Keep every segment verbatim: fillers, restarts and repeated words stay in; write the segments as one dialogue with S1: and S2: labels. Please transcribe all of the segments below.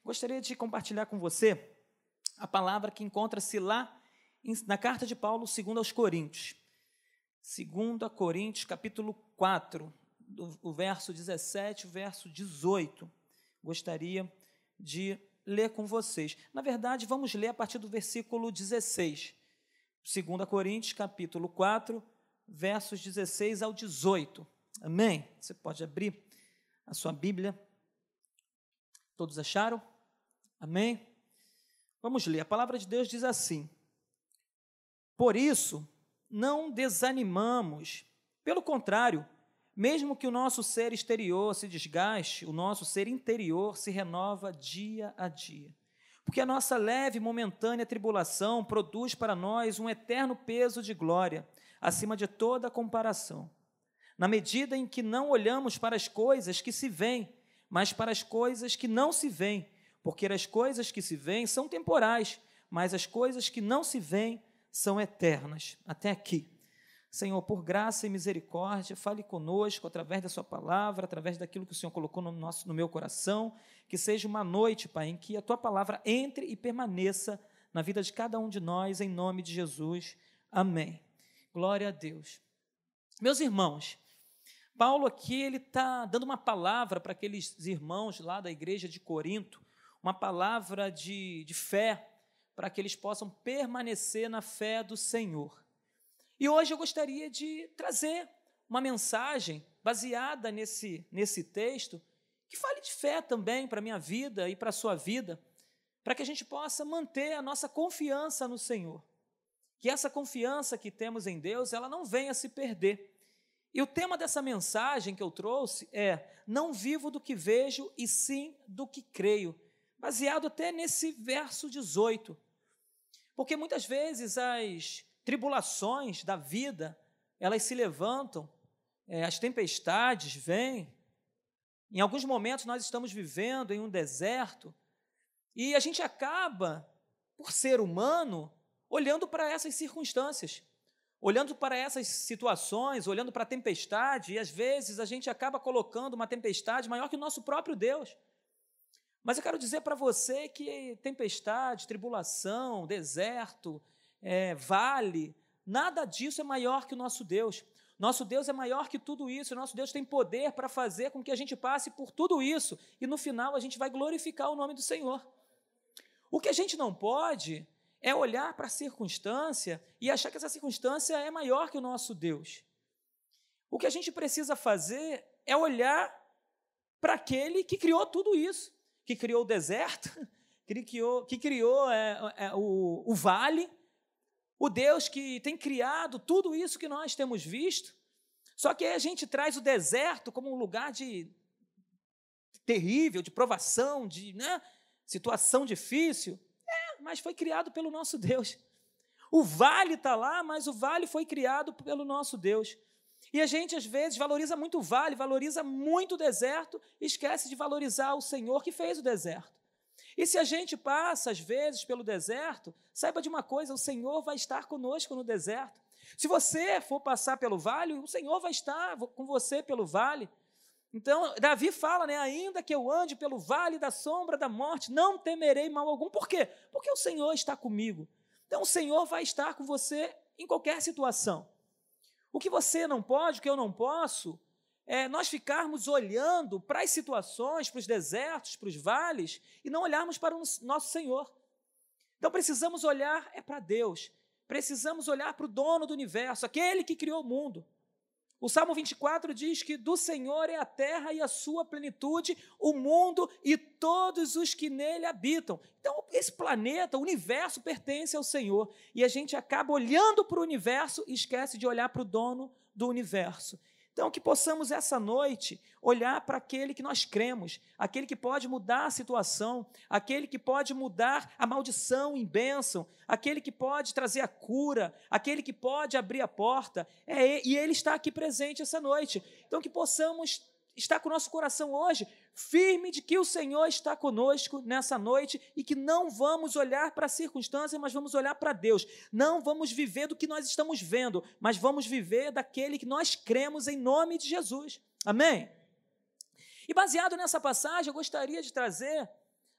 S1: Gostaria de compartilhar com você a palavra que encontra-se lá na carta de Paulo, segundo aos Coríntios. segundo Coríntios, capítulo quatro, o verso dezessete, o verso dezoito. Gostaria de ler com vocês. Na verdade, vamos ler a partir do versículo dezesseis. segundo Coríntios, capítulo quatro, versos dezesseis ao dezoito. Amém? Você pode abrir a sua Bíblia. Todos acharam? Amém? Vamos ler. A palavra de Deus diz assim: por isso, não desanimamos. Pelo contrário, mesmo que o nosso ser exterior se desgaste, o nosso ser interior se renova dia a dia. Porque a nossa leve e momentânea tribulação produz para nós um eterno peso de glória, acima de toda comparação. Na medida em que não olhamos para as coisas que se veem, mas para as coisas que não se veem, porque as coisas que se veem são temporais, mas as coisas que não se veem são eternas. Até aqui. Senhor, por graça e misericórdia, fale conosco através da sua palavra, através daquilo que o Senhor colocou no, nosso, no meu coração, que seja uma noite, Pai, em que a tua palavra entre e permaneça na vida de cada um de nós, em nome de Jesus. Amém. Glória a Deus. Meus irmãos, Paulo aqui ele está dando uma palavra para aqueles irmãos lá da igreja de Corinto, uma palavra de, de fé, para que eles possam permanecer na fé do Senhor. E hoje eu gostaria de trazer uma mensagem baseada nesse, nesse texto, que fale de fé também para a minha vida e para a sua vida, para que a gente possa manter a nossa confiança no Senhor. Que essa confiança que temos em Deus, ela não venha se perder. E o tema dessa mensagem que eu trouxe é: não vivo do que vejo, e sim do que creio, baseado até nesse verso dezoito. Porque muitas vezes as tribulações da vida, elas se levantam, é, as tempestades vêm. Em alguns momentos nós estamos vivendo em um deserto e a gente acaba, por ser humano, olhando para essas circunstâncias, olhando para essas situações, olhando para a tempestade, e às vezes a gente acaba colocando uma tempestade maior que o nosso próprio Deus. Mas eu quero dizer para você que tempestade, tribulação, deserto, é, vale, nada disso é maior que o nosso Deus. Nosso Deus é maior que tudo isso, nosso Deus tem poder para fazer com que a gente passe por tudo isso, e no final a gente vai glorificar o nome do Senhor. O que a gente não pode é olhar para a circunstância e achar que essa circunstância é maior que o nosso Deus. O que a gente precisa fazer é olhar para aquele que criou tudo isso, que criou o deserto, que criou, que criou é, é, o, o vale, o Deus que tem criado tudo isso que nós temos visto. Só que aí a gente traz o deserto como um lugar de terrível, de provação, de né, situação difícil. É, mas foi criado pelo nosso Deus. O vale está lá, mas o vale foi criado pelo nosso Deus. E a gente, às vezes, valoriza muito o vale, valoriza muito o deserto, e esquece de valorizar o Senhor que fez o deserto. E se a gente passa, às vezes, pelo deserto, saiba de uma coisa: o Senhor vai estar conosco no deserto. Se você for passar pelo vale, o Senhor vai estar com você pelo vale. Então, Davi fala, né, ainda que eu ande pelo vale da sombra da morte, não temerei mal algum. Por quê? Porque o Senhor está comigo. Então, o Senhor vai estar com você em qualquer situação. O que você não pode, o que eu não posso, é nós ficarmos olhando para as situações, para os desertos, para os vales, e não olharmos para o nosso Senhor. Então, precisamos olhar é para Deus, precisamos olhar para o dono do universo, aquele que criou o mundo. O Salmo vinte e quatro diz que do Senhor é a terra e a sua plenitude, o mundo e todos os que nele habitam. Então, esse planeta, o universo, pertence ao Senhor. E a gente acaba olhando para o universo e esquece de olhar para o dono do universo. Então, que possamos essa noite olhar para aquele que nós cremos, aquele que pode mudar a situação, aquele que pode mudar a maldição em bênção, aquele que pode trazer a cura, aquele que pode abrir a porta, é, e Ele está aqui presente essa noite. Então, que possamos estar com o nosso coração hoje firme de que o Senhor está conosco nessa noite e que não vamos olhar para a circunstância, mas vamos olhar para Deus. Não vamos viver do que nós estamos vendo, mas vamos viver daquele que nós cremos em nome de Jesus. Amém? E baseado nessa passagem, eu gostaria de trazer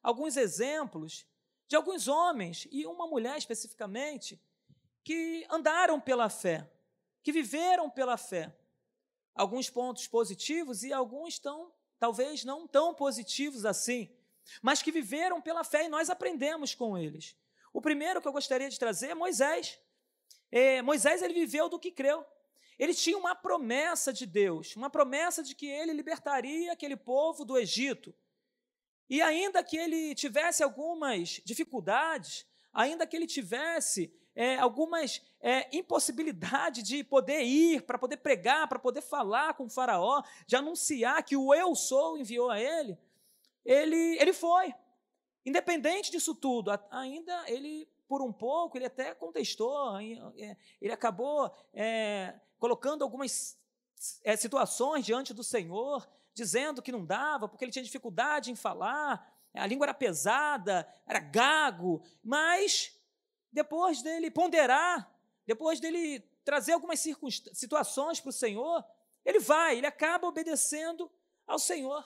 S1: alguns exemplos de alguns homens, e uma mulher especificamente, que andaram pela fé, que viveram pela fé. Alguns pontos positivos e alguns tão, talvez não tão positivos assim, mas que viveram pela fé e nós aprendemos com eles. O primeiro que eu gostaria de trazer é Moisés. É, Moisés ele viveu do que creu. Ele tinha uma promessa de Deus, uma promessa de que ele libertaria aquele povo do Egito. E ainda que ele tivesse algumas dificuldades, ainda que ele tivesse é, algumas é, impossibilidades de poder ir, para poder pregar, para poder falar com o faraó, de anunciar que o eu sou enviou a ele, ele, ele foi. Independente disso tudo, ainda ele, por um pouco, ele até contestou, ele acabou é, colocando algumas é, situações diante do Senhor, dizendo que não dava, porque ele tinha dificuldade em falar, a língua era pesada, era gago, mas depois dele ponderar, depois dele trazer algumas situações para o Senhor, ele vai, ele acaba obedecendo ao Senhor.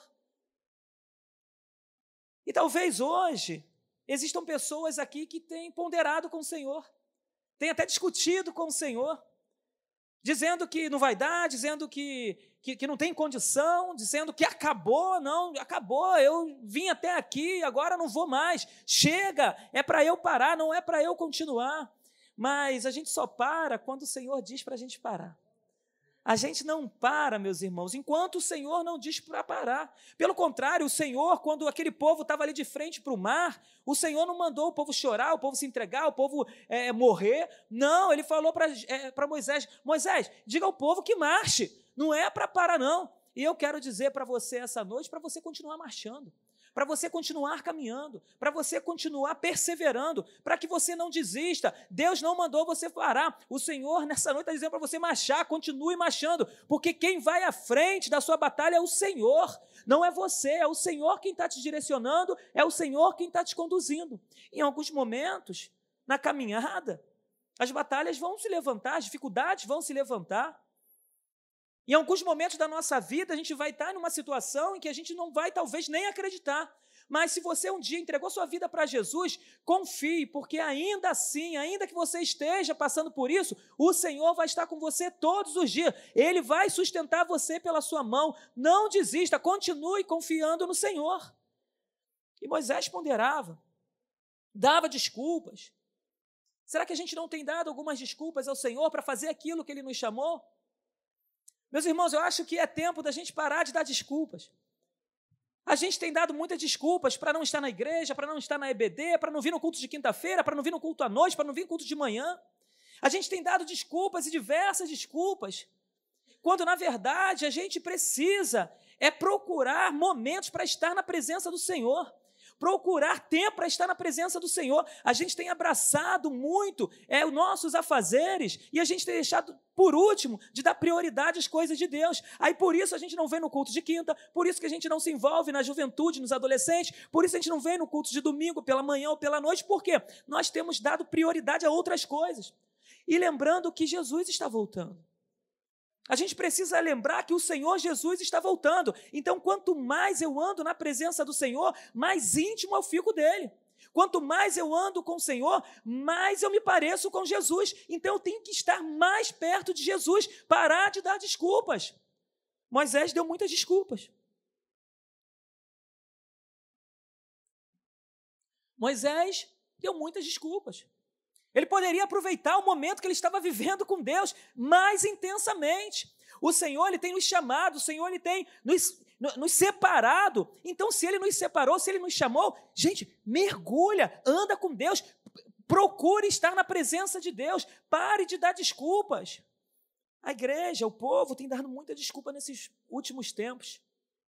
S1: E talvez hoje existam pessoas aqui que têm ponderado com o Senhor, têm até discutido com o Senhor, dizendo que não vai dar, dizendo que, que, que não tem condição, dizendo que acabou, não, acabou, eu vim até aqui, agora não vou mais, chega, é para eu parar, não é para eu continuar. Mas a gente só para quando o Senhor diz para a gente parar. A gente não para, meus irmãos, enquanto o Senhor não diz para parar. Pelo contrário, o Senhor, quando aquele povo estava ali de frente para o mar, o Senhor não mandou o povo chorar, o povo se entregar, o povo é, morrer. Não, ele falou para é, para Moisés, Moisés, diga ao povo que marche, não é para parar não. E eu quero dizer para você essa noite, para você continuar marchando, para você continuar caminhando, para você continuar perseverando, para que você não desista. Deus não mandou você parar. O Senhor, nessa noite, está dizendo para você marchar, continue marchando, porque quem vai à frente da sua batalha é o Senhor, não é você, é o Senhor quem está te direcionando, é o Senhor quem está te conduzindo. Em alguns momentos, na caminhada, as batalhas vão se levantar, as dificuldades vão se levantar. Em alguns momentos da nossa vida, a gente vai estar numa situação em que a gente não vai, talvez, nem acreditar. Mas se você um dia entregou sua vida para Jesus, confie, porque ainda assim, ainda que você esteja passando por isso, o Senhor vai estar com você todos os dias. Ele vai sustentar você pela sua mão. Não desista, continue confiando no Senhor. E Moisés ponderava, dava desculpas. Será que a gente não tem dado algumas desculpas ao Senhor para fazer aquilo que Ele nos chamou? Meus irmãos, eu acho que é tempo da gente parar de dar desculpas. A gente tem dado muitas desculpas para não estar na igreja, para não estar na E B D, para não vir no culto de quinta-feira, para não vir no culto à noite, para não vir no culto de manhã. A gente tem dado desculpas e diversas desculpas, quando, na verdade, a gente precisa é procurar momentos para estar na presença do Senhor, procurar tempo para estar na presença do Senhor. A gente tem abraçado muito é, os nossos afazeres e a gente tem deixado, por último, de dar prioridade às coisas de Deus. Aí, por isso, a gente não vem no culto de quinta, por isso que a gente não se envolve na juventude, nos adolescentes, por isso a gente não vem no culto de domingo, pela manhã ou pela noite, por quê? Nós temos dado prioridade a outras coisas. E lembrando que Jesus está voltando. A gente precisa lembrar que o Senhor Jesus está voltando. Então, quanto mais eu ando na presença do Senhor, mais íntimo eu fico dele. Quanto mais eu ando com o Senhor, mais eu me pareço com Jesus. Então, eu tenho que estar mais perto de Jesus, parar de dar desculpas. Moisés deu muitas desculpas. Moisés deu muitas desculpas. Ele poderia aproveitar o momento que ele estava vivendo com Deus mais intensamente. O Senhor ele tem nos chamado, o Senhor ele tem nos, nos separado. Então, se Ele nos separou, se Ele nos chamou, gente, mergulha, anda com Deus, procure estar na presença de Deus, pare de dar desculpas. A igreja, o povo, tem dado muita desculpa nesses últimos tempos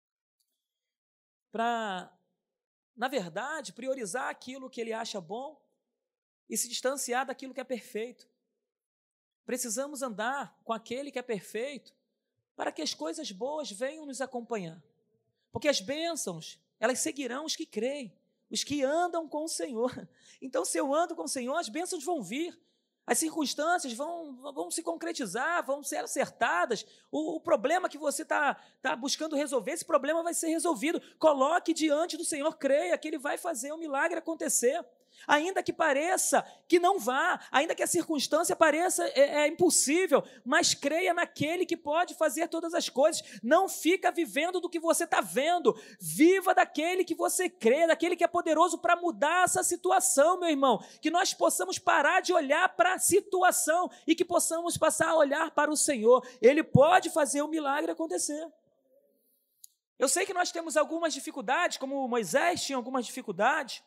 S1: para, na verdade, priorizar aquilo que ele acha bom e se distanciar daquilo que é perfeito. Precisamos andar com aquele que é perfeito para que as coisas boas venham nos acompanhar. Porque as bênçãos, elas seguirão os que creem, os que andam com o Senhor. Então, se eu ando com o Senhor, as bênçãos vão vir. As circunstâncias vão, vão se concretizar, vão ser acertadas. O, o problema que você está tá buscando resolver, esse problema vai ser resolvido. Coloque diante do Senhor, creia que Ele vai fazer o milagre acontecer. Ainda que pareça que não vá, ainda que a circunstância pareça é, é impossível, mas creia naquele que pode fazer todas as coisas. Não fica vivendo do que você está vendo, viva daquele que você crê, daquele que é poderoso para mudar essa situação, meu irmão. Que nós possamos parar de olhar para a situação e que possamos passar a olhar para o Senhor. Ele pode fazer o milagre acontecer. Eu sei que nós temos algumas dificuldades, como Moisés tinha algumas dificuldades.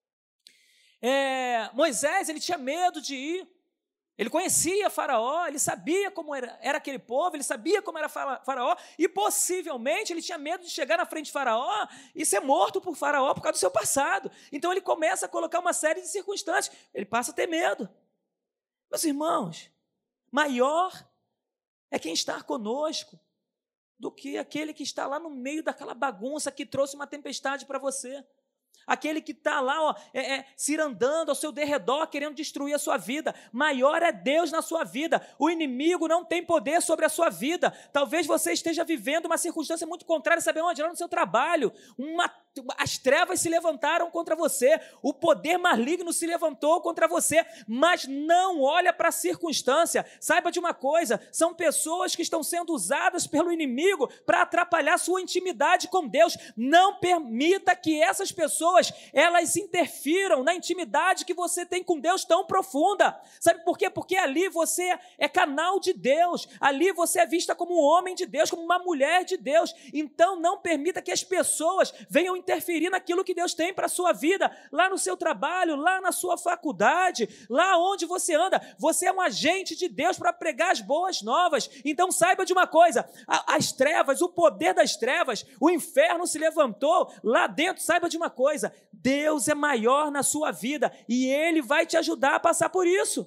S1: É, Moisés, ele tinha medo de ir, ele conhecia Faraó, ele sabia como era, era aquele povo, ele sabia como era Faraó, e possivelmente ele tinha medo de chegar na frente de Faraó e ser morto por Faraó por causa do seu passado. Então ele começa a colocar uma série de circunstâncias, ele passa a ter medo. Meus irmãos, maior é quem está conosco do que aquele que está lá no meio daquela bagunça que trouxe uma tempestade para você. Aquele que está lá, ó, é, é, cirandando ao seu derredor, querendo destruir a sua vida. Maior é Deus na sua vida. O inimigo não tem poder sobre a sua vida. Talvez você esteja vivendo uma circunstância muito contrária, sabe onde? Lá no seu trabalho. Uma, as trevas se levantaram contra você. O poder maligno se levantou contra você. Mas não olha para a circunstância. Saiba de uma coisa, são pessoas que estão sendo usadas pelo inimigo para atrapalhar sua intimidade com Deus. Não permita que essas pessoas elas interfiram na intimidade que você tem com Deus tão profunda. Sabe por quê? Porque ali você é canal de Deus, ali você é vista como um homem de Deus, como uma mulher de Deus. Então não permita que as pessoas venham interferir naquilo que Deus tem para a sua vida, lá no seu trabalho, lá na sua faculdade, lá onde você anda. Você é um agente de Deus para pregar as boas novas. Então saiba de uma coisa, as trevas, o poder das trevas, o inferno se levantou lá dentro. Saiba de uma coisa, Deus é maior na sua vida e Ele vai te ajudar a passar por isso.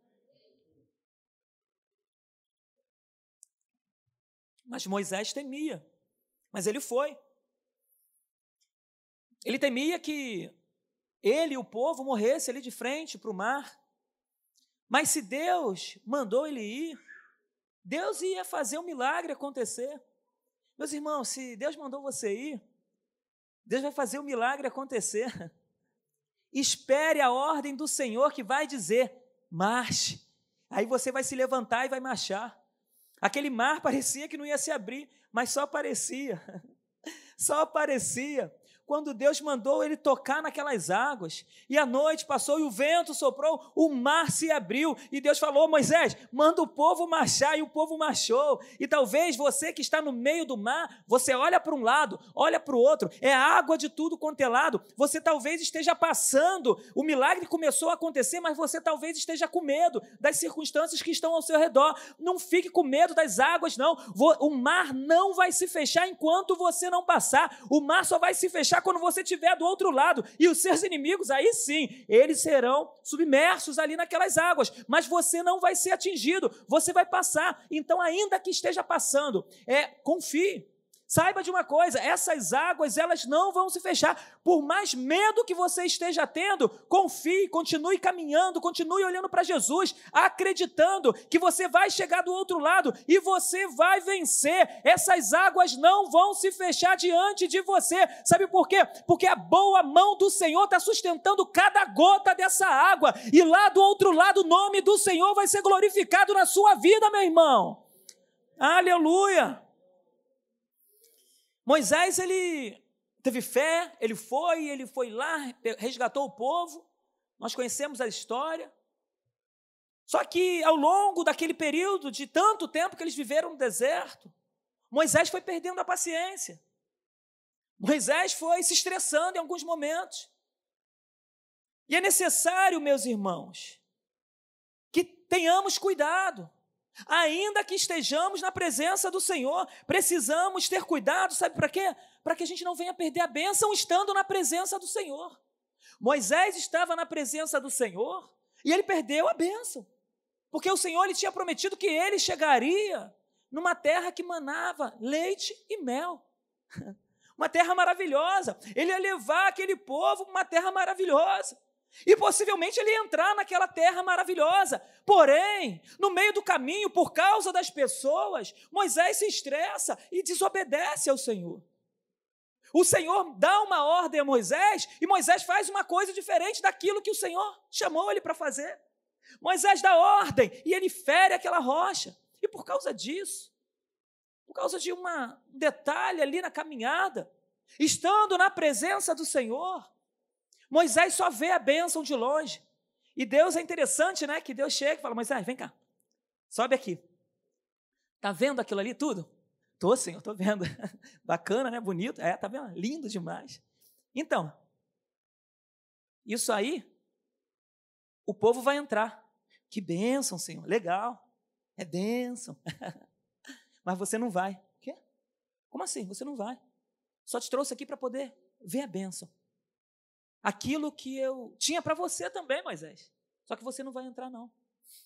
S1: Mas Moisés temia, mas ele foi. Ele temia que ele e o povo morressem ali de frente para o mar. Mas se Deus mandou ele ir, Deus ia fazer um milagre acontecer. Meus irmãos, se Deus mandou você ir, Deus vai fazer o milagre acontecer. Espere a ordem do Senhor que vai dizer, marche. Aí você vai se levantar e vai marchar. Aquele mar parecia que não ia se abrir, mas só parecia. Só parecia. Quando Deus mandou ele tocar naquelas águas, e a noite passou e o vento soprou, o mar se abriu, e Deus falou, Moisés, manda o povo marchar, e o povo marchou. E talvez você que está no meio do mar, você olha para um lado, olha para o outro, é água de tudo quanto é lado, você talvez esteja passando, o milagre começou a acontecer, mas você talvez esteja com medo das circunstâncias que estão ao seu redor. Não fique com medo das águas, não. O mar não vai se fechar enquanto você não passar, o mar só vai se fechar quando você estiver do outro lado, e os seus inimigos, aí sim, eles serão submersos ali naquelas águas, mas você não vai ser atingido, você vai passar. Então, ainda que esteja passando, é, confie. Saiba de uma coisa, essas águas, elas não vão se fechar. Por mais medo que você esteja tendo, confie, continue caminhando, continue olhando para Jesus, acreditando que você vai chegar do outro lado e você vai vencer. Essas águas não vão se fechar diante de você. Sabe por quê? Porque a boa mão do Senhor está sustentando cada gota dessa água, e lá do outro lado o nome do Senhor vai ser glorificado na sua vida, meu irmão. Aleluia! Moisés, ele teve fé, ele foi, ele foi lá, resgatou o povo, nós conhecemos a história. Só que ao longo daquele período de tanto tempo que eles viveram no deserto, Moisés foi perdendo a paciência. Moisés foi se estressando em alguns momentos. E é necessário, meus irmãos, que tenhamos cuidado. Ainda que estejamos na presença do Senhor, precisamos ter cuidado, sabe para quê? Para que a gente não venha perder a bênção estando na presença do Senhor. Moisés estava na presença do Senhor e ele perdeu a bênção, porque o Senhor lhe tinha prometido que ele chegaria numa terra que manava leite e mel, uma terra maravilhosa. Ele ia levar aquele povo para uma terra maravilhosa. E possivelmente ele ia entrar naquela terra maravilhosa. Porém, no meio do caminho, por causa das pessoas, Moisés se estressa e desobedece ao Senhor. O Senhor dá uma ordem a Moisés e Moisés faz uma coisa diferente daquilo que o Senhor chamou ele para fazer. Moisés dá ordem e ele fere aquela rocha. E por causa disso, por causa de uma, um detalhe ali na caminhada, estando na presença do Senhor, Moisés só vê a bênção de longe. E Deus é interessante, né? Que Deus chega e fala, Moisés, vem cá, sobe aqui. Está vendo aquilo ali tudo? Estou, Senhor, estou vendo. Bacana, né? Bonito. É, está vendo? Lindo demais. Então, isso aí, o povo vai entrar. Que bênção, Senhor. Legal. É bênção. Mas você não vai. O quê? Como assim? Você não vai. Só te trouxe aqui para poder ver a bênção. Aquilo que eu tinha para você também, Moisés. Só que você não vai entrar, não.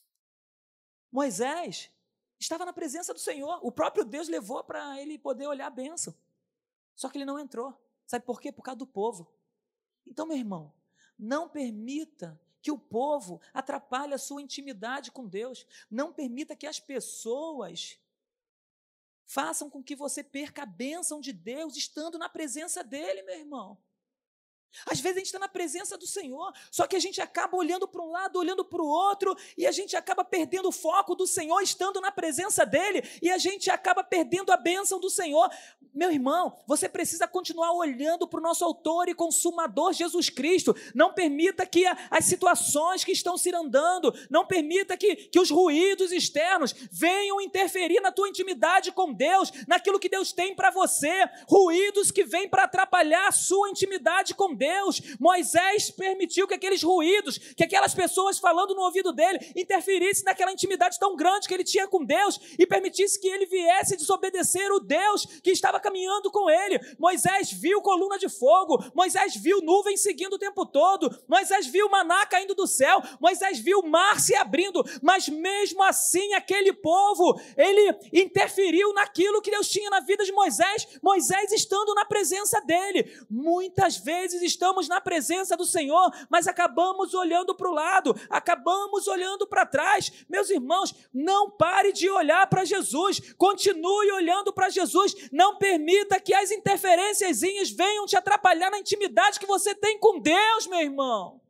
S1: Moisés estava na presença do Senhor. O próprio Deus levou para ele poder olhar a bênção. Só que ele não entrou. Sabe por quê? Por causa do povo. Então, meu irmão, não permita que o povo atrapalhe a sua intimidade com Deus. Não permita que as pessoas façam com que você perca a bênção de Deus estando na presença dEle, meu irmão. Às vezes a gente está na presença do Senhor, só que a gente acaba olhando para um lado, olhando para o outro, e a gente acaba perdendo o foco do Senhor, estando na presença dEle, e a gente acaba perdendo a bênção do Senhor. Meu irmão, você precisa continuar olhando para o nosso autor e consumador Jesus Cristo. Não permita que a, as situações que estão se andando, não permita que, que os ruídos externos venham interferir na tua intimidade com Deus, naquilo que Deus tem para você, ruídos que vêm para atrapalhar a sua intimidade com Deus. Deus. Moisés permitiu que aqueles ruídos, que aquelas pessoas falando no ouvido dele, interferissem naquela intimidade tão grande que ele tinha com Deus e permitisse que ele viesse desobedecer o Deus que estava caminhando com ele. Moisés viu coluna de fogo, Moisés viu nuvens seguindo o tempo todo, Moisés viu maná caindo do céu, Moisés viu o mar se abrindo, mas mesmo assim aquele povo, ele interferiu naquilo que Deus tinha na vida de Moisés, Moisés estando na presença dele. Muitas vezes estamos na presença do Senhor, mas acabamos olhando para o lado, acabamos olhando para trás. Meus irmãos, não pare de olhar para Jesus, continue olhando para Jesus, não permita que as interferênciazinhas venham te atrapalhar na intimidade que você tem com Deus, meu irmão.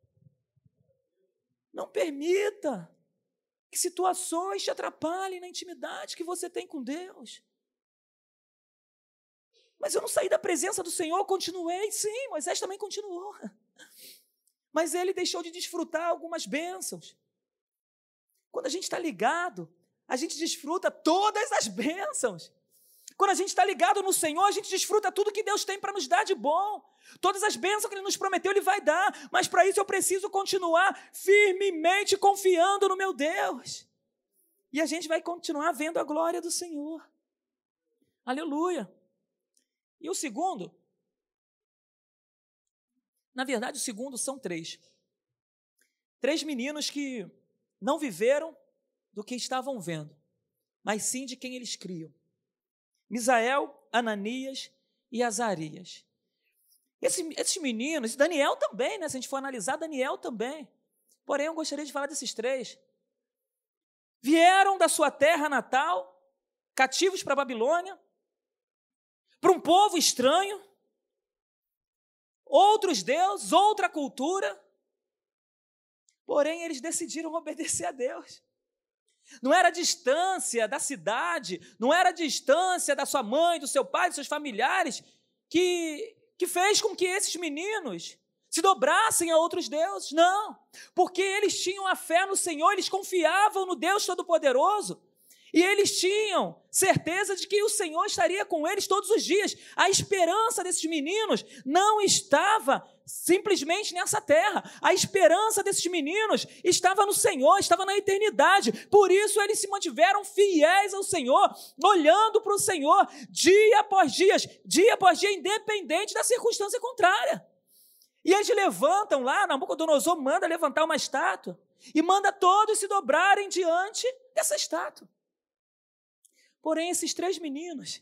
S1: Não permita que situações te atrapalhem na intimidade que você tem com Deus. Mas eu não saí da presença do Senhor, continuei. Sim, Moisés também continuou. Mas ele deixou de desfrutar algumas bênçãos. Quando a gente está ligado, a gente desfruta todas as bênçãos. Quando a gente está ligado no Senhor, a gente desfruta tudo que Deus tem para nos dar de bom. Todas as bênçãos que Ele nos prometeu, Ele vai dar. Mas para isso eu preciso continuar firmemente confiando no meu Deus. E a gente vai continuar vendo a glória do Senhor. Aleluia. E o segundo, na verdade o segundo são três. Três meninos que não viveram do que estavam vendo, mas sim de quem eles criam. Misael, Ananias e Azarias. Esse, esses meninos, Daniel também, né? Se a gente for analisar, Daniel também. Porém, eu gostaria de falar desses três. Vieram da sua terra natal, cativos para a Babilônia, para um povo estranho, outros deuses, outra cultura, porém eles decidiram obedecer a Deus. Não era a distância da cidade, não era a distância da sua mãe, do seu pai, dos seus familiares, que, que fez com que esses meninos se dobrassem a outros deuses, não, porque eles tinham a fé no Senhor, eles confiavam no Deus Todo-Poderoso, e eles tinham certeza de que o Senhor estaria com eles todos os dias. A esperança desses meninos não estava simplesmente nessa terra. A esperança desses meninos estava no Senhor, estava na eternidade. Por isso eles se mantiveram fiéis ao Senhor, olhando para o Senhor dia após dia, dia após dia, independente da circunstância contrária. E eles levantam lá, Nabucodonosor manda levantar uma estátua e manda todos se dobrarem diante dessa estátua. Porém, esses três meninos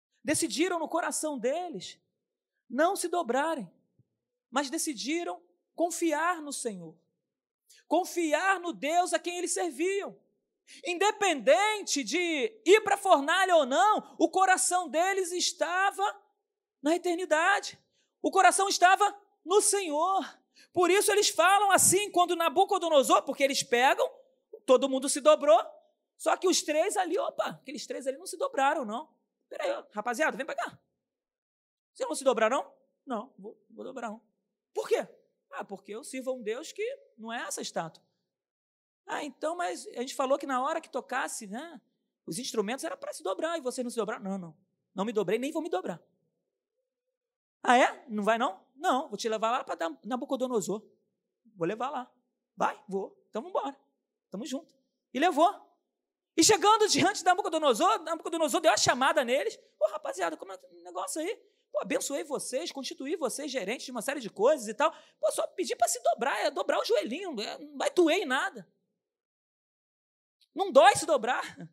S1: decidiram no coração deles não se dobrarem, mas decidiram confiar no Senhor, confiar no Deus a quem eles serviam. Independente de ir para a fornalha ou não, o coração deles estava na eternidade. O coração estava no Senhor. Por isso eles falam assim, quando Nabucodonosor, porque eles pegam, todo mundo se dobrou, só que os três ali, opa, aqueles três ali não se dobraram, não. Peraí, rapaziada, vem para cá. Vocês não se dobraram? Não, vou, vou dobrar não. Por quê? Ah, porque eu sirvo a um Deus que não é essa estátua. Ah, então, mas a gente falou que na hora que tocasse, né, os instrumentos era para se dobrar, e vocês não se dobraram? Não, não, não me dobrei, nem vou me dobrar. Ah, é? Não vai não? Não, vou te levar lá para Nabucodonosor. Vou levar lá. Vai, vou. Então vamos embora. Estamos juntos. E levou. E chegando diante de Nabucodonosor, Nabucodonosor deu a chamada neles. Pô, rapaziada, como é o negócio aí? Pô, abençoei vocês, constituí vocês gerentes de uma série de coisas e tal. Pô, só pedir para se dobrar, é dobrar o joelhinho, não vai doer em nada. Não dói se dobrar.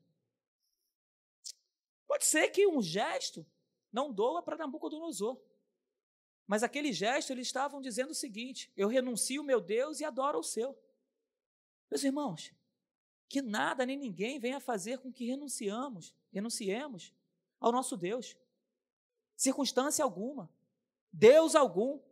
S1: Pode ser que um gesto não doa para Nabucodonosor. Mas aquele gesto, eles estavam dizendo o seguinte: eu renuncio o meu Deus e adoro o seu. Meus irmãos, que nada nem ninguém venha fazer com que renunciamos, renunciemos ao nosso Deus. Circunstância alguma, Deus algum,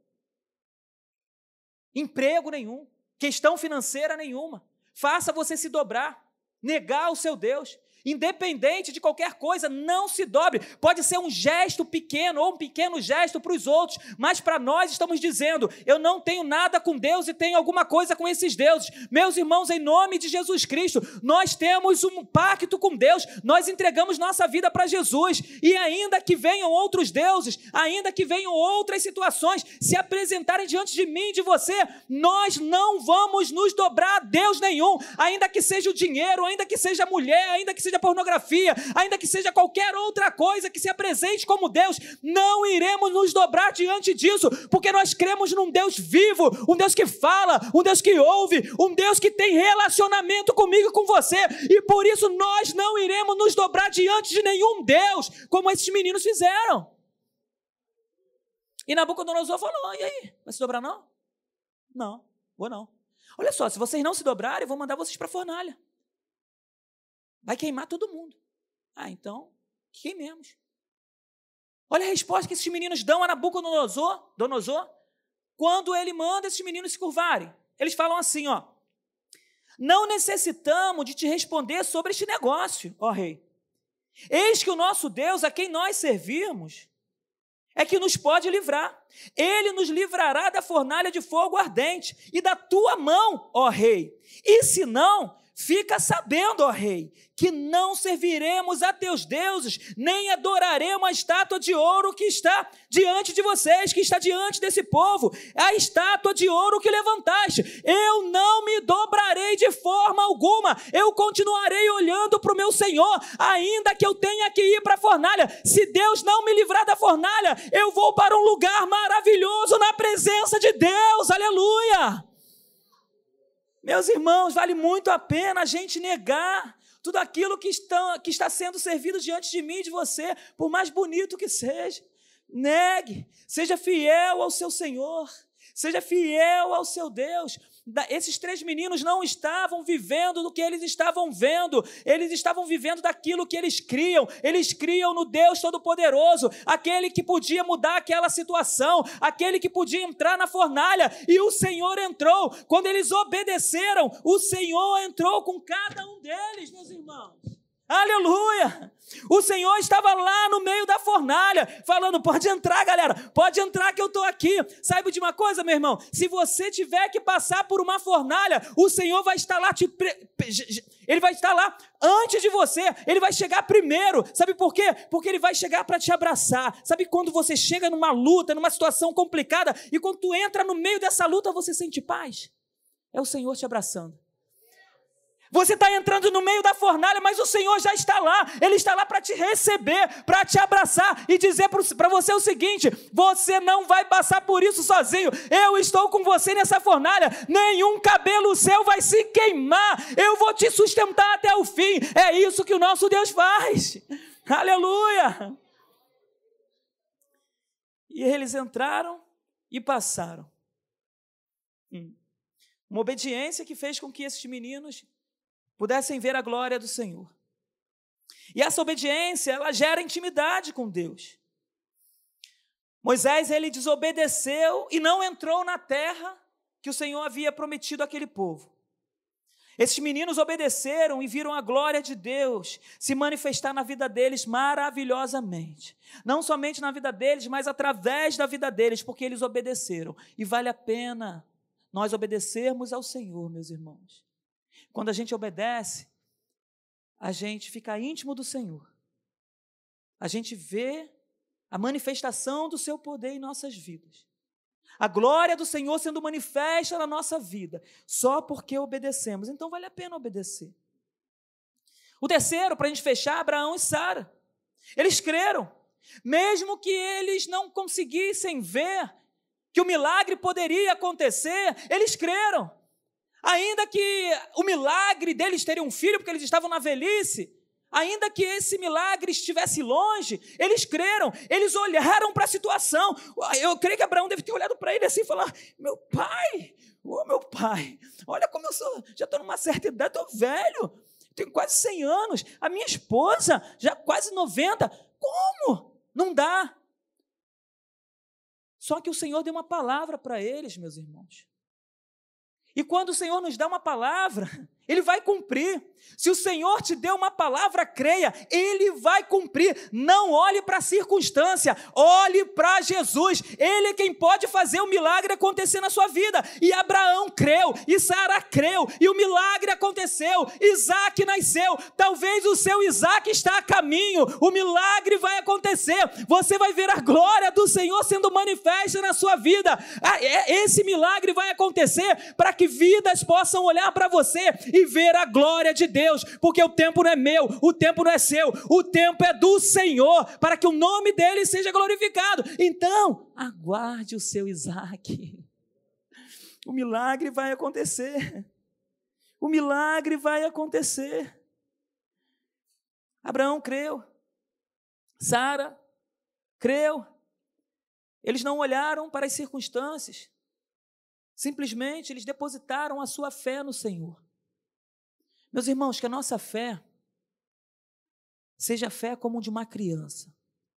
S1: emprego nenhum, questão financeira nenhuma, faça você se dobrar, negar o seu Deus. Independente de qualquer coisa, não se dobre. Pode ser um gesto pequeno ou um pequeno gesto para os outros, mas para nós estamos dizendo: eu não tenho nada com Deus e tenho alguma coisa com esses deuses. Meus irmãos, em nome de Jesus Cristo, nós temos um pacto com Deus, nós entregamos nossa vida para Jesus, e ainda que venham outros deuses, ainda que venham outras situações se apresentarem diante de mim e de você, nós não vamos nos dobrar a Deus nenhum, ainda que seja o dinheiro, ainda que seja a mulher, ainda que seja pornografia, ainda que seja qualquer outra coisa que se apresente como Deus, não iremos nos dobrar diante disso, porque nós cremos num Deus vivo, um Deus que fala, um Deus que ouve, um Deus que tem relacionamento comigo e com você, e por isso nós não iremos nos dobrar diante de nenhum Deus, como esses meninos fizeram. E Nabucodonosor falou: e aí, vai se dobrar não? Não, vou não. Olha só, se vocês não se dobrarem, eu vou mandar vocês para a fornalha. Vai queimar todo mundo. Ah, então, queimemos. Olha a resposta que esses meninos dão a Nabucodonosor, Donosor, quando ele manda esses meninos se curvarem. Eles falam assim, ó: não necessitamos de te responder sobre este negócio, ó rei. Eis que o nosso Deus, a quem nós servimos, é que nos pode livrar. Ele nos livrará da fornalha de fogo ardente e da tua mão, ó rei. E se não, fica sabendo, ó rei, que não serviremos a teus deuses, nem adoraremos a estátua de ouro que está diante de vocês, que está diante desse povo, a estátua de ouro que levantaste. Eu não me dobrarei de forma alguma, eu continuarei olhando para o meu Senhor, ainda que eu tenha que ir para a fornalha. Se Deus não me livrar da fornalha, eu vou para um lugar maravilhoso na presença de Deus, aleluia. Meus irmãos, vale muito a pena a gente negar tudo aquilo que está, que está sendo servido diante de mim e de você, por mais bonito que seja. Negue, seja fiel ao seu Senhor, seja fiel ao seu Deus. Esses três meninos não estavam vivendo do que eles estavam vendo, eles estavam vivendo daquilo que eles criam, eles criam no Deus Todo-Poderoso, aquele que podia mudar aquela situação, aquele que podia entrar na fornalha, e o Senhor entrou. Quando eles obedeceram, o Senhor entrou com cada um deles, meus irmãos. Aleluia! O Senhor estava lá no meio da fornalha, falando: pode entrar, galera, pode entrar que eu estou aqui. Saiba de uma coisa, meu irmão, se você tiver que passar por uma fornalha, o Senhor vai estar lá, te pre... Ele vai estar lá antes de você, Ele vai chegar primeiro. Sabe por quê? Porque Ele vai chegar para te abraçar. Sabe quando você chega numa luta, numa situação complicada, e quando tu entra no meio dessa luta, você sente paz? É o Senhor te abraçando. Você está entrando no meio da fornalha, mas o Senhor já está lá. Ele está lá para te receber, para te abraçar e dizer para você o seguinte: você não vai passar por isso sozinho. Eu estou com você nessa fornalha. Nenhum cabelo seu vai se queimar. Eu vou te sustentar até o fim. É isso que o nosso Deus faz. Aleluia! E eles entraram e passaram. Uma obediência que fez com que esses meninos pudessem ver a glória do Senhor. E essa obediência, ela gera intimidade com Deus. Moisés, ele desobedeceu e não entrou na terra que o Senhor havia prometido àquele povo. Esses meninos obedeceram e viram a glória de Deus se manifestar na vida deles maravilhosamente. Não somente na vida deles, mas através da vida deles, porque eles obedeceram. E vale a pena nós obedecermos ao Senhor, meus irmãos. Quando a gente obedece, a gente fica íntimo do Senhor. A gente vê a manifestação do seu poder em nossas vidas. A glória do Senhor sendo manifesta na nossa vida, só porque obedecemos. Então, vale a pena obedecer. O terceiro, para a gente fechar, Abraão e Sara. Eles creram, mesmo que eles não conseguissem ver que o milagre poderia acontecer, eles creram. Ainda que o milagre deles terem um filho, porque eles estavam na velhice, ainda que esse milagre estivesse longe, eles creram, eles olharam para a situação. Eu creio que Abraão deve ter olhado para ele assim e falar: meu pai, ô meu pai, olha como eu sou, já estou numa certa idade, estou velho, tenho quase cem anos, a minha esposa já quase noventa, como? Não dá. Só que o Senhor deu uma palavra para eles, meus irmãos. E quando o Senhor nos dá uma palavra, Ele vai cumprir. Se o Senhor te deu uma palavra, creia, Ele vai cumprir. Não olhe para a circunstância, olhe para Jesus. Ele é quem pode fazer o milagre acontecer na sua vida. E Abraão creu, e Sara creu, e o milagre aconteceu. Isaac nasceu. Talvez o seu Isaac está a caminho. O milagre vai acontecer. Você vai ver a glória do Senhor sendo manifesta na sua vida. Esse milagre vai acontecer para que vidas possam olhar para você e ver a glória de Deus, porque o tempo não é meu, o tempo não é seu, o tempo é do Senhor, para que o nome dele seja glorificado. Então, aguarde o seu Isaac. O milagre vai acontecer. O milagre vai acontecer. Abraão creu. Sara creu. Eles não olharam para as circunstâncias. Simplesmente eles depositaram a sua fé no Senhor. Meus irmãos, que a nossa fé seja a fé como de uma criança.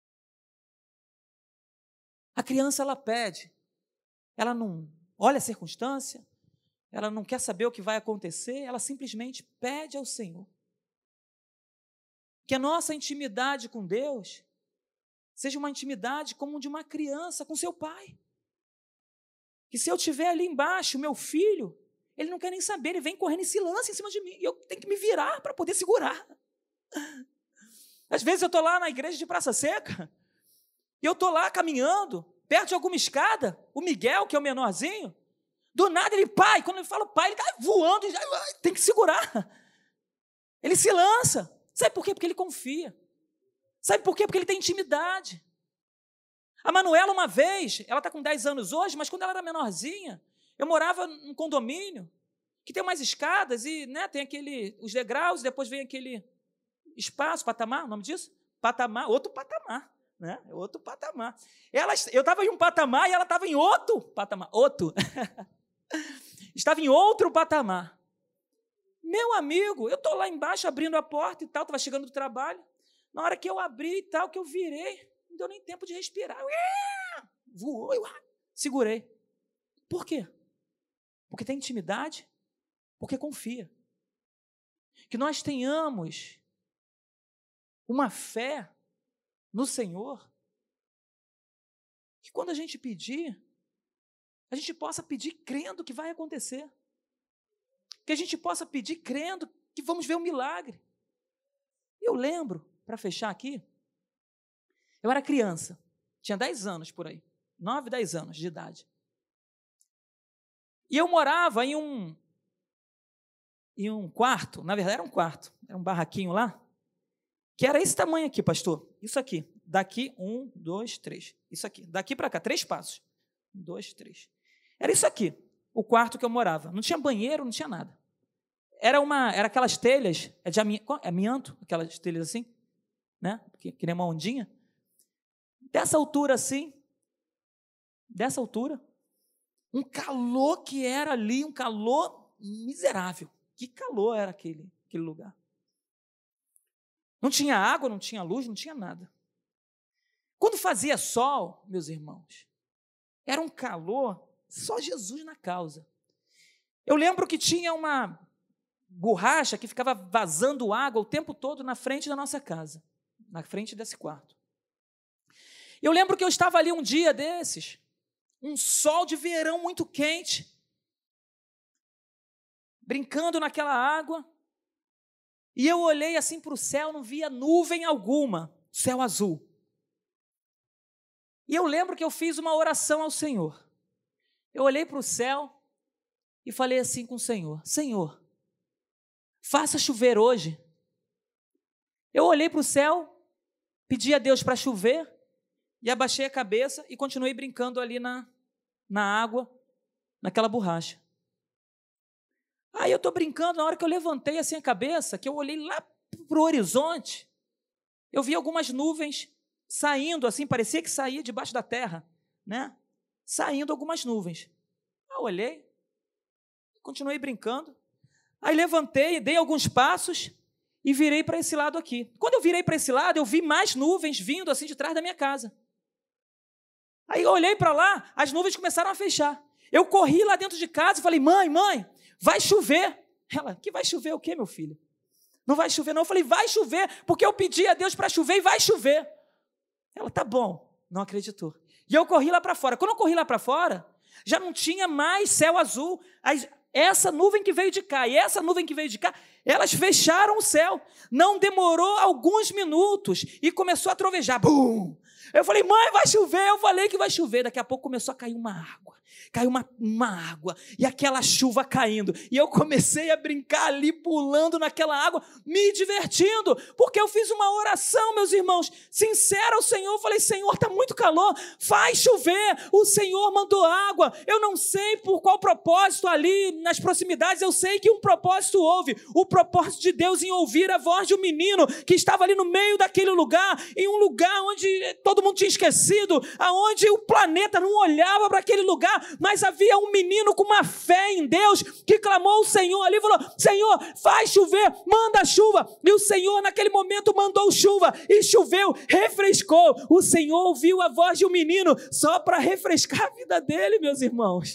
S1: A criança, ela pede, ela não olha a circunstância, ela não quer saber o que vai acontecer, ela simplesmente pede ao Senhor. Que a nossa intimidade com Deus seja uma intimidade como de uma criança com seu pai. Que se eu estiver ali embaixo, meu filho, ele não quer nem saber, ele vem correndo e se lança em cima de mim, e eu tenho que me virar para poder segurar. Às vezes eu estou lá na igreja de Praça Seca, e eu estou lá caminhando, perto de alguma escada, o Miguel, que é o menorzinho, do nada ele, pai, quando ele fala pai, ele está voando, e já, tem que segurar. Ele se lança. Sabe por quê? Porque ele confia. Sabe por quê? Porque ele tem intimidade. A Manuela, uma vez, ela está com dez anos hoje, mas quando ela era menorzinha, eu morava num condomínio que tem umas escadas e, né, tem aquele, os degraus, e depois vem aquele espaço, patamar, o nome disso? Patamar, outro patamar, né? Outro patamar. Ela, eu estava em um patamar e ela estava em outro patamar, outro. Estava em outro patamar. Meu amigo, eu estou lá embaixo abrindo a porta e tal, estava chegando do trabalho. Na hora que eu abri e tal, que eu virei, não deu nem tempo de respirar. Eu, voou, eu segurei. Por quê? Porque tem intimidade, porque confia. Que nós tenhamos uma fé no Senhor, que quando a gente pedir, a gente possa pedir crendo que vai acontecer. Que a gente possa pedir crendo que vamos ver um milagre. Eu lembro, para fechar aqui, eu era criança, tinha dez anos por aí, nove, dez anos de idade. E eu morava em um, em um quarto, na verdade era um quarto, era um barraquinho lá, que era esse tamanho aqui, pastor, isso aqui, daqui, um, dois, três, isso aqui, daqui para cá, três passos, um, dois, três, era isso aqui, o quarto que eu morava, não tinha banheiro, não tinha nada, era, uma, era aquelas telhas, é de amianto, aquelas telhas assim, né, que, que nem uma ondinha, dessa altura assim, dessa altura, Um calor que era ali, um calor miserável. Que calor era aquele, aquele lugar. Não tinha água, não tinha luz, não tinha nada. Quando fazia sol, meus irmãos, era um calor, só Jesus na causa. Eu lembro que tinha uma borracha que ficava vazando água o tempo todo na frente da nossa casa, na frente desse quarto. Eu lembro que eu estava ali um dia desses, um sol de verão muito quente, brincando naquela água, e eu olhei assim para o céu, não via nuvem alguma, céu azul. E eu lembro que eu fiz uma oração ao Senhor. Eu olhei para o céu e falei assim com o Senhor: Senhor, faça chover hoje. Eu olhei para o céu, pedi a Deus para chover, e abaixei a cabeça e continuei brincando ali na, na água, naquela borracha. Aí eu estou brincando, na hora que eu levantei assim a cabeça, que eu olhei lá para o horizonte, eu vi algumas nuvens saindo, assim, parecia que saía debaixo da terra, né? Saindo algumas nuvens. Eu olhei, continuei brincando, aí levantei, dei alguns passos e virei para esse lado aqui. Quando eu virei para esse lado, eu vi mais nuvens vindo assim de trás da minha casa. Aí eu olhei para lá, as nuvens começaram a fechar. Eu corri lá dentro de casa e falei: mãe, mãe, vai chover. Ela: que vai chover o quê, meu filho? Não vai chover não. Eu falei: vai chover, porque eu pedi a Deus para chover e vai chover. Ela: tá bom. Não acreditou. E eu corri lá para fora. Quando eu corri lá para fora, já não tinha mais céu azul. As, essa nuvem que veio de cá e essa nuvem que veio de cá, elas fecharam o céu. Não demorou alguns minutos e começou a trovejar. Bum! Eu falei: mãe, vai chover. Eu falei que vai chover. Daqui a pouco começou a cair uma água. Caiu uma, uma água e aquela chuva caindo. E eu comecei a brincar ali, pulando naquela água, me divertindo, porque eu fiz uma oração, meus irmãos, sincera ao Senhor. Eu falei: Senhor, está muito calor, faz chover. O Senhor mandou água. Eu não sei por qual propósito ali nas proximidades, eu sei que um propósito houve. O propósito de Deus em ouvir a voz de um menino que estava ali no meio daquele lugar, em um lugar onde todo mundo tinha esquecido, aonde o planeta não olhava para aquele lugar, mas havia um menino com uma fé em Deus que clamou ao Senhor ali e falou: Senhor, faz chover, manda chuva. E o Senhor naquele momento mandou chuva e choveu, refrescou. O Senhor ouviu a voz de um menino só para refrescar a vida dele, meus irmãos.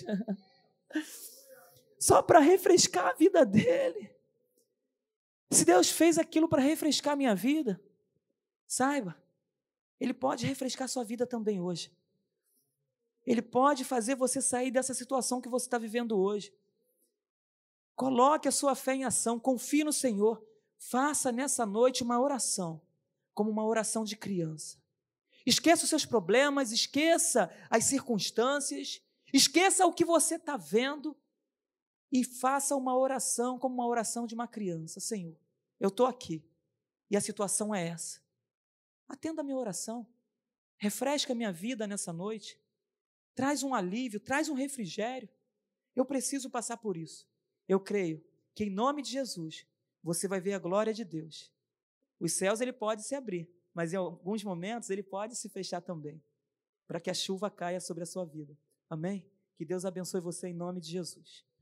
S1: Só para refrescar a vida dele. Se Deus fez aquilo para refrescar a minha vida, saiba, Ele pode refrescar a sua vida também hoje. Ele pode fazer você sair dessa situação que você está vivendo hoje. Coloque a sua fé em ação, confie no Senhor. Faça nessa noite uma oração, como uma oração de criança. Esqueça os seus problemas, esqueça as circunstâncias, esqueça o que você está vendo e faça uma oração como uma oração de uma criança. Senhor, eu estou aqui e a situação é essa. Atenda a minha oração, refresca a minha vida nessa noite. Traz um alívio, traz um refrigério. Eu preciso passar por isso. Eu creio que em nome de Jesus, você vai ver a glória de Deus. Os céus, ele pode se abrir, mas em alguns momentos ele pode se fechar também, para que a chuva caia sobre a sua vida. Amém? Que Deus abençoe você em nome de Jesus.